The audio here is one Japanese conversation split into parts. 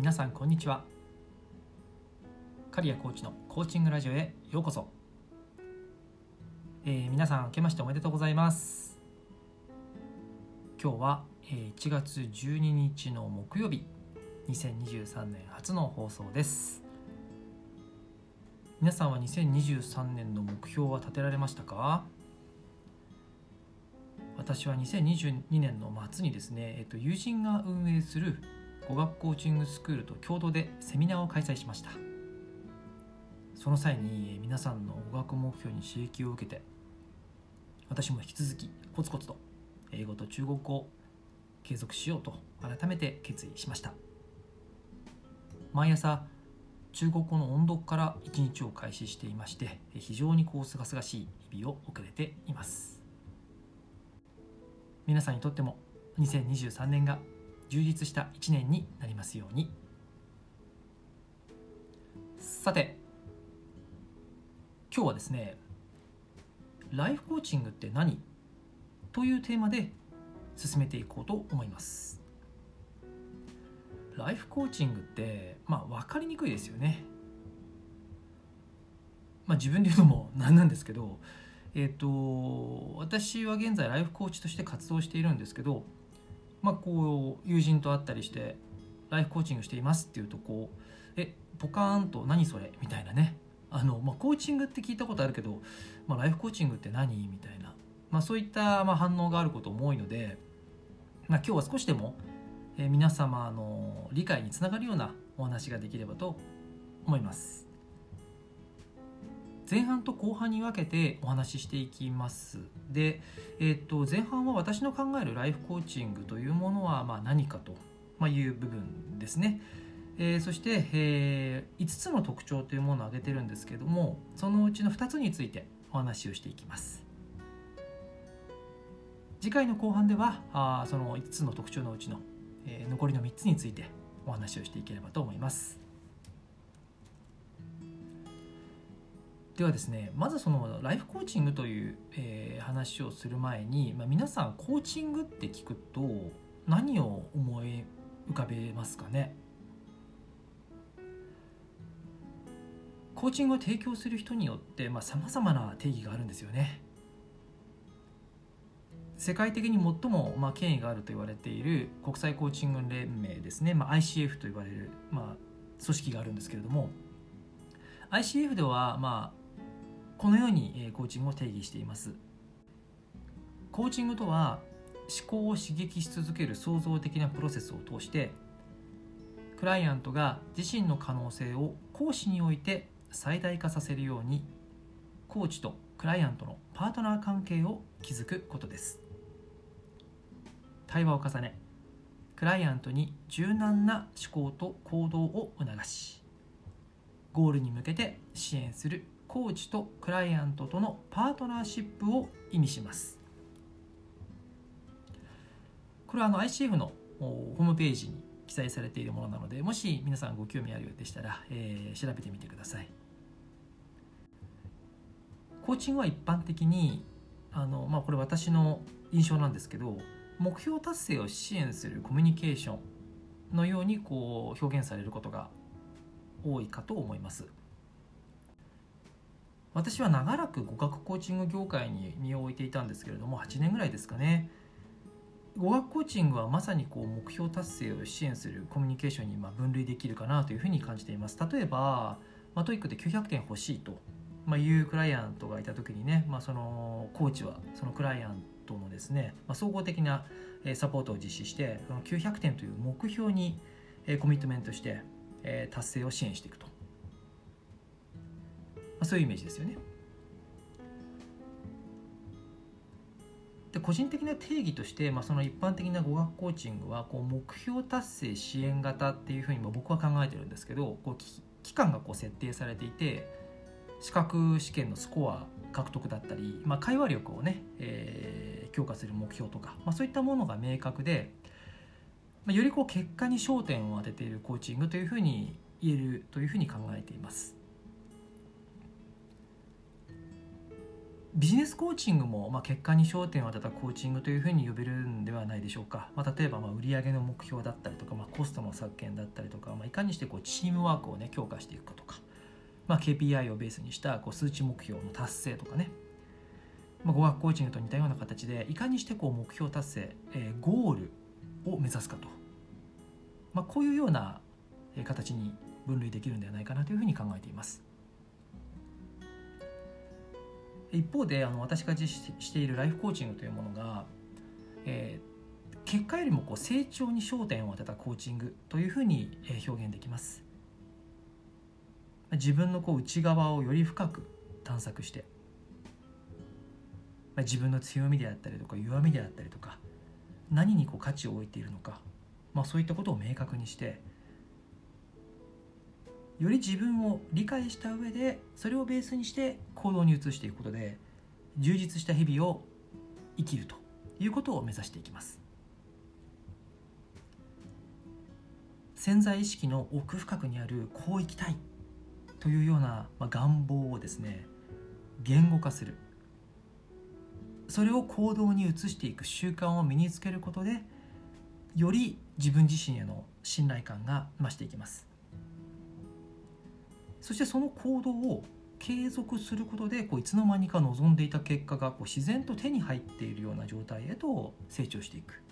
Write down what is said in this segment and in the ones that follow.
皆さんこんにちは。刈谷コーチのコーチングラジオへようこそ。皆さん明けましておめでとうございます。今日は1月12日の木曜日、2023年初の放送です。皆さんは2023年の目標は立てられましたか？私は2022年の末にですね、友人が運営する語学コーチングスクールと共同でセミナーを開催しました。その際に皆さんの語学目標に刺激を受けて、私も引き続きコツコツと英語と中国語を継続しようと改めて決意しました。毎朝中国語の音読から一日を開始していまして、非常にすがすがしい日々を送れています。皆さんにとっても2023年が充実した1年になりますように。さて、今日はですね、ライフコーチングって何？というテーマで進めていこうと思います。ライフコーチングって分かりにくいですよね。自分で言うのもなんなんですけど、私は現在ライフコーチとして活動しているんですけど、友人と会ったりしてライフコーチングしていますっていうとポカーンと何それみたいなね、コーチングって聞いたことあるけど、ライフコーチングって何みたいな、そういった反応があることも多いので、今日は少しでも皆様の理解につながるようなお話ができればと思います。前半と後半に分けてお話ししていきます。で、前半は私の考えるライフコーチングというものは何かという部分ですね。そして、5つの特徴というものを挙げてるんですけども、そのうちの2つについてお話をしていきます。次回の後半ではその5つの特徴のうちの、残りの3つについてお話をしていければと思います。ではですね、まずそのライフコーチングという、話をする前に、皆さんコーチングって聞くと何を思い浮かべますかね？コーチングを提供する人によって様々な定義があるんですよね。世界的に最も権威があると言われている国際コーチング連盟ですね、ICF と言われる組織があるんですけれども、 ICF ではこのようにコーチングを定義しています。コーチングとは思考を刺激し続ける創造的なプロセスを通して、クライアントが自身の可能性を講師において最大化させるように、コーチとクライアントのパートナー関係を築くことです。対話を重ね、クライアントに柔軟な思考と行動を促し、ゴールに向けて支援するコーチとクライアントとのパートナーシップを意味します。これはICF のホームページに記載されているものなので、もし皆さんご興味あるようでしたら、調べてみてください。コーチングは一般的にこれ私の印象なんですけど、目標達成を支援するコミュニケーションのように表現されることが多いかと思います。私は長らく語学コーチング業界に身を置いていたんですけれども、8年ぐらいですかね。語学コーチングはまさに目標達成を支援するコミュニケーションに分類できるかなというふうに感じています。例えば、TOEIC で900点欲しいというクライアントがいた時にね、そのコーチはそのクライアントのですね、総合的なサポートを実施して、その900点という目標にコミットメントして達成を支援していくと、そういうイメージですよね。で、個人的な定義として、その一般的な語学コーチングは目標達成支援型っていうふうに僕は考えてるんですけど、期間が設定されていて、資格試験のスコア獲得だったり、会話力をね、強化する目標とか、そういったものが明確で、より結果に焦点を当てているコーチングというふうに言えるというふうに考えています。 ビジネスコーチングも、結果に焦点を当てたコーチングというふうに呼べるんではないでしょうか。例えば売上の目標だったりとか、コストの削減だったりとか、いかにしてチームワークをね強化していくかとか、KPI をベースにした数値目標の達成とかね、語学コーチングと似たような形でいかにして目標達成、ゴールを目指すかと、こういうような形に分類できるんではないかなというふうに考えています。一方で私が実施しているライフコーチングというものが、結果よりも成長に焦点を当てたコーチングというふうに表現できます。自分の内側をより深く探索して、自分の強みであったりとか弱みであったりとか、何に価値を置いているのか、そういったことを明確にして、より自分を理解した上でそれをベースにして行動に移していくことで、充実した日々を生きるということを目指していきます。潜在意識の奥深くにあるこう生きたいというような願望をですね、言語化する、それを行動に移していく習慣を身につけることで、より自分自身への信頼感が増していきます。そしてその行動を継続することで、いつの間にか望んでいた結果が自然と手に入っているような状態へと成長していく。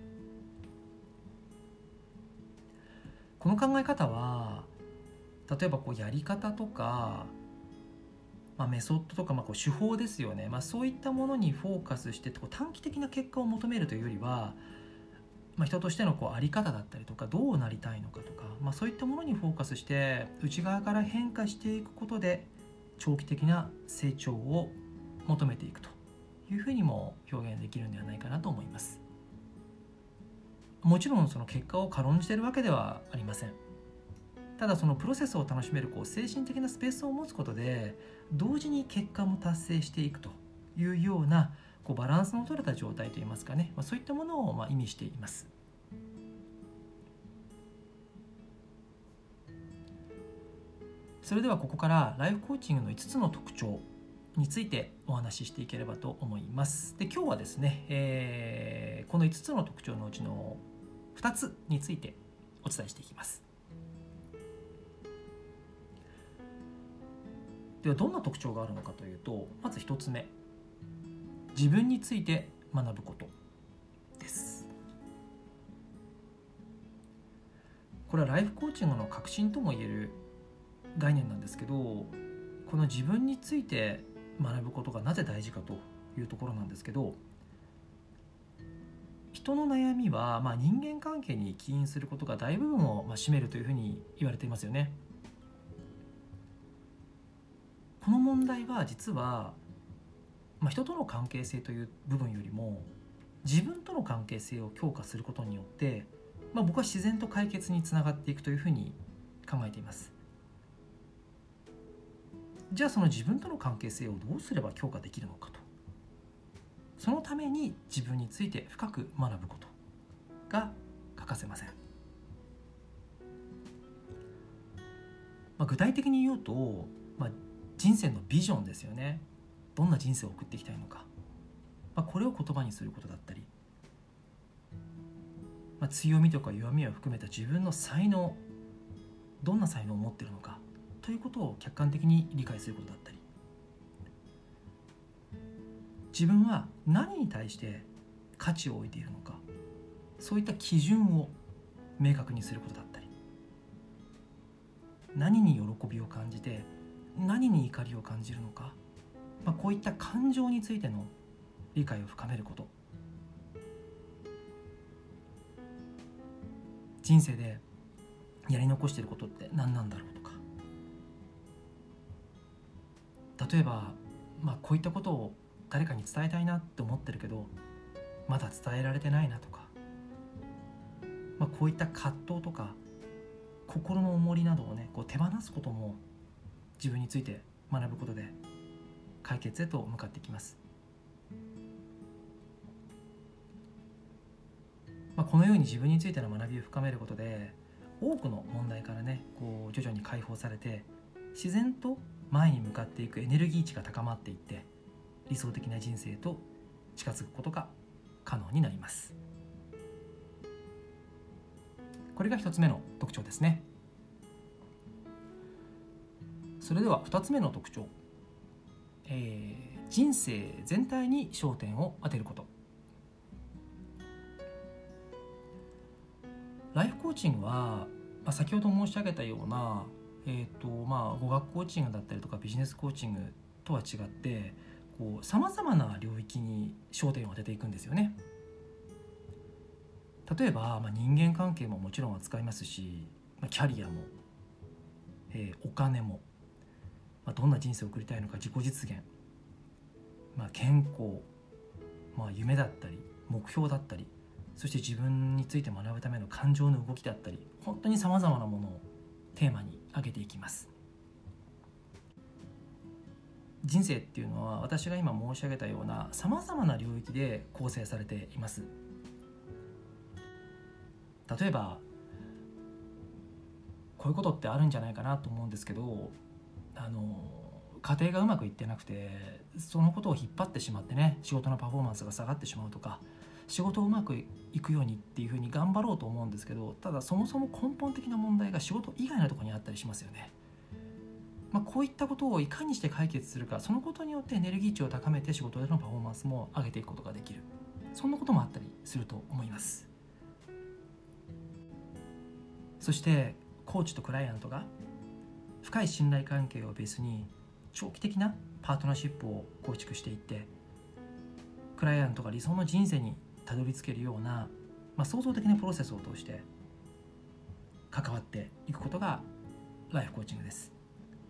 この考え方は、例えばやり方とか、メソッドとか、手法ですよね、そういったものにフォーカスして短期的な結果を求めるというよりは、人としての在り方だったりとか、どうなりたいのかとか、そういったものにフォーカスして内側から変化していくことで長期的な成長を求めていくというふうにも表現できるんではないかなと思います。もちろんその結果を軽んじているわけではありません。ただそのプロセスを楽しめる精神的なスペースを持つことで、同時に結果も達成していくというようなバランスの取れた状態といいますかね、そういったものを意味しています。それではここからライフコーチングの5つの特徴についてお話ししていければと思います。で、今日はですね、この5つの特徴のうちの2つについてお伝えしていきます。ではどんな特徴があるのかというと、まず1つ目、自分について学ぶことです。これはライフコーチングの核心ともいえる概念なんですけど、この自分について学ぶことがなぜ大事かというところなんですけど、人の悩みは人間関係に起因することが大部分を占めるというふうに言われていますよね。この問題は実は人との関係性という部分よりも自分との関係性を強化することによって、僕は自然と解決につながっていくというふうに考えています。じゃあその自分との関係性をどうすれば強化できるのかと、そのために自分について深く学ぶことが欠かせません。具体的に言うと、人生のビジョンですよね。どんな人生を送っていきたいのか、これを言葉にすることだったり、強みとか弱みを含めた自分の才能、どんな才能を持っているのかということを客観的に理解することだったり、自分は何に対して価値を置いているのか、そういった基準を明確にすることだったり、何に喜びを感じて何に怒りを感じるのか、こういった感情についての理解を深めること、人生でやり残していることって何なんだろうとか、例えば、こういったことを誰かに伝えたいなって思ってるけどまだ伝えられてないなとか、こういった葛藤とか心の重りなどをね手放すことも自分について学ぶことで解決へと向かっていきます。このように自分についての学びを深めることで多くの問題からね徐々に解放されて、自然と前に向かっていくエネルギー値が高まっていって、 理想的な人生と近づくことが可能になります。これが1つ目の特徴ですね。それでは2つ目の特徴、人生全体に焦点を当てること。ライフコーチングは、先ほど申し上げたような、語学コーチングだったりとかビジネスコーチングとは違ってさまざまな領域に焦点を当てていくんですよね。例えば、人間関係ももちろん扱いますし、キャリアも、お金も、どんな人生を送りたいのか自己実現、健康、夢だったり目標だったり、そして自分について学ぶための感情の動きだったり、本当にさまざまなものをテーマに挙げていきます。人生っていうのは私が今申し上げたようなさまざまな領域で構成されています。例えばこういうことってあるんじゃないかなと思うんですけど、家庭がうまくいってなくてそのことを引っ張ってしまってね、仕事のパフォーマンスが下がってしまうとか、仕事をうまくいくようにっていうふうに頑張ろうと思うんですけど、ただそもそも根本的な問題が仕事以外のところにあったりしますよね。こういったことをいかにして解決するか、そのことによってエネルギー値を高めて仕事でのパフォーマンスも上げていくことができる、そんなこともあったりすると思います。そしてコーチとクライアントが深い信頼関係をベースに長期的なパートナーシップを構築していって、クライアントが理想の人生にたどり着けるような、創造的なプロセスを通して関わっていくことがライフコーチングです。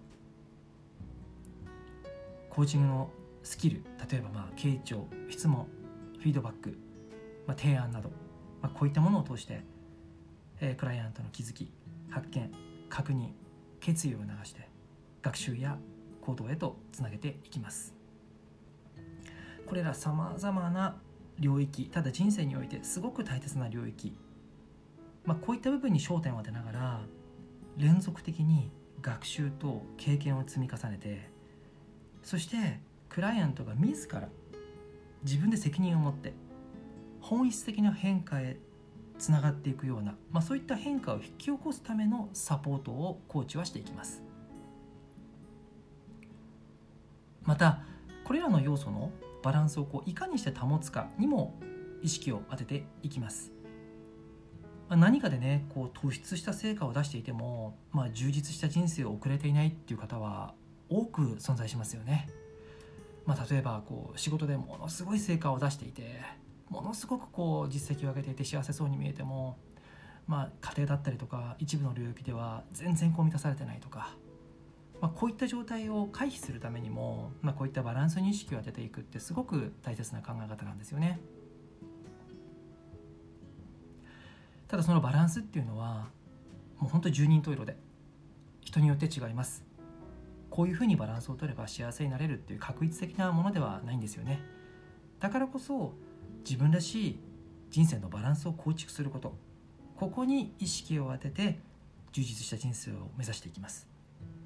コーチングのスキル、例えば傾聴、質問、フィードバック、提案など、こういったものを通して、クライアントの気づき、発見、確認、決意を促して学習や行動へとつなげていきます。これらさまざまな領域、ただ人生においてすごく大切な領域、こういった部分に焦点を当てながら連続的に学習と経験を積み重ねて、そしてクライアントが自ら自分で責任を持って本質的な変化へつながっていくような、そういった変化を引き起こすためのサポートをコーチはしていきます。またこれらの要素のバランスをいかにして保つかにも意識を当てていきます。何かでね突出した成果を出していても、充実した人生を送れていないっていう方は多く存在しますよね。例えば仕事でものすごい成果を出していて、ものすごく実績を上げていて幸せそうに見えても、家庭だったりとか一部の領域では全然満たされてないとか、こういった状態を回避するためにも、こういったバランスに意識を当てていくってすごく大切な考え方なんですよね。ただそのバランスっていうのはもう本当に十人十色で人によって違います。こういうふうにバランスを取れば幸せになれるっていう確一的なものではないんですよね。だからこそ自分らしい人生のバランスを構築すること、ここに意識を当てて充実した人生を目指していきます。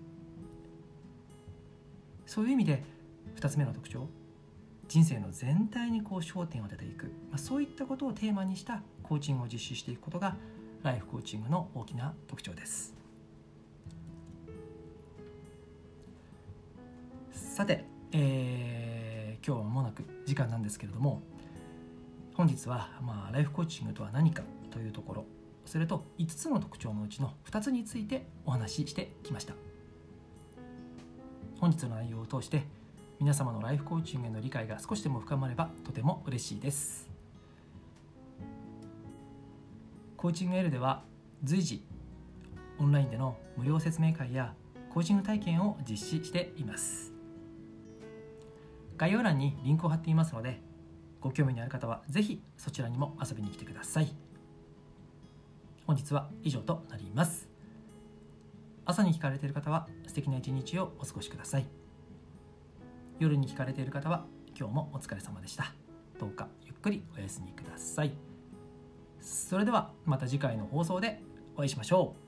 そういう意味で2つ目の特徴、人生の全体に焦点を当てていく、そういったことをテーマにしたコーチングを実施していくことがライフコーチングの大きな特徴です。さて、今日は間もなく時間なんですけれども、本日は、ライフコーチングとは何かというところ、それと5つの特徴のうちの2つについてお話ししてきました。本日の内容を通して皆様のライフコーチングへの理解が少しでも深まればとても嬉しいです。コーチング L では随時オンラインでの無料説明会やコーチング体験を実施しています。概要欄にリンクを貼っていますので、ご興味のある方はぜひそちらにも遊びに来てください。本日は以上となります。朝に聞かれている方は素敵な一日をお過ごしください。夜に聞かれている方は今日もお疲れ様でした。どうかゆっくりお休みください。それではまた次回の放送でお会いしましょう。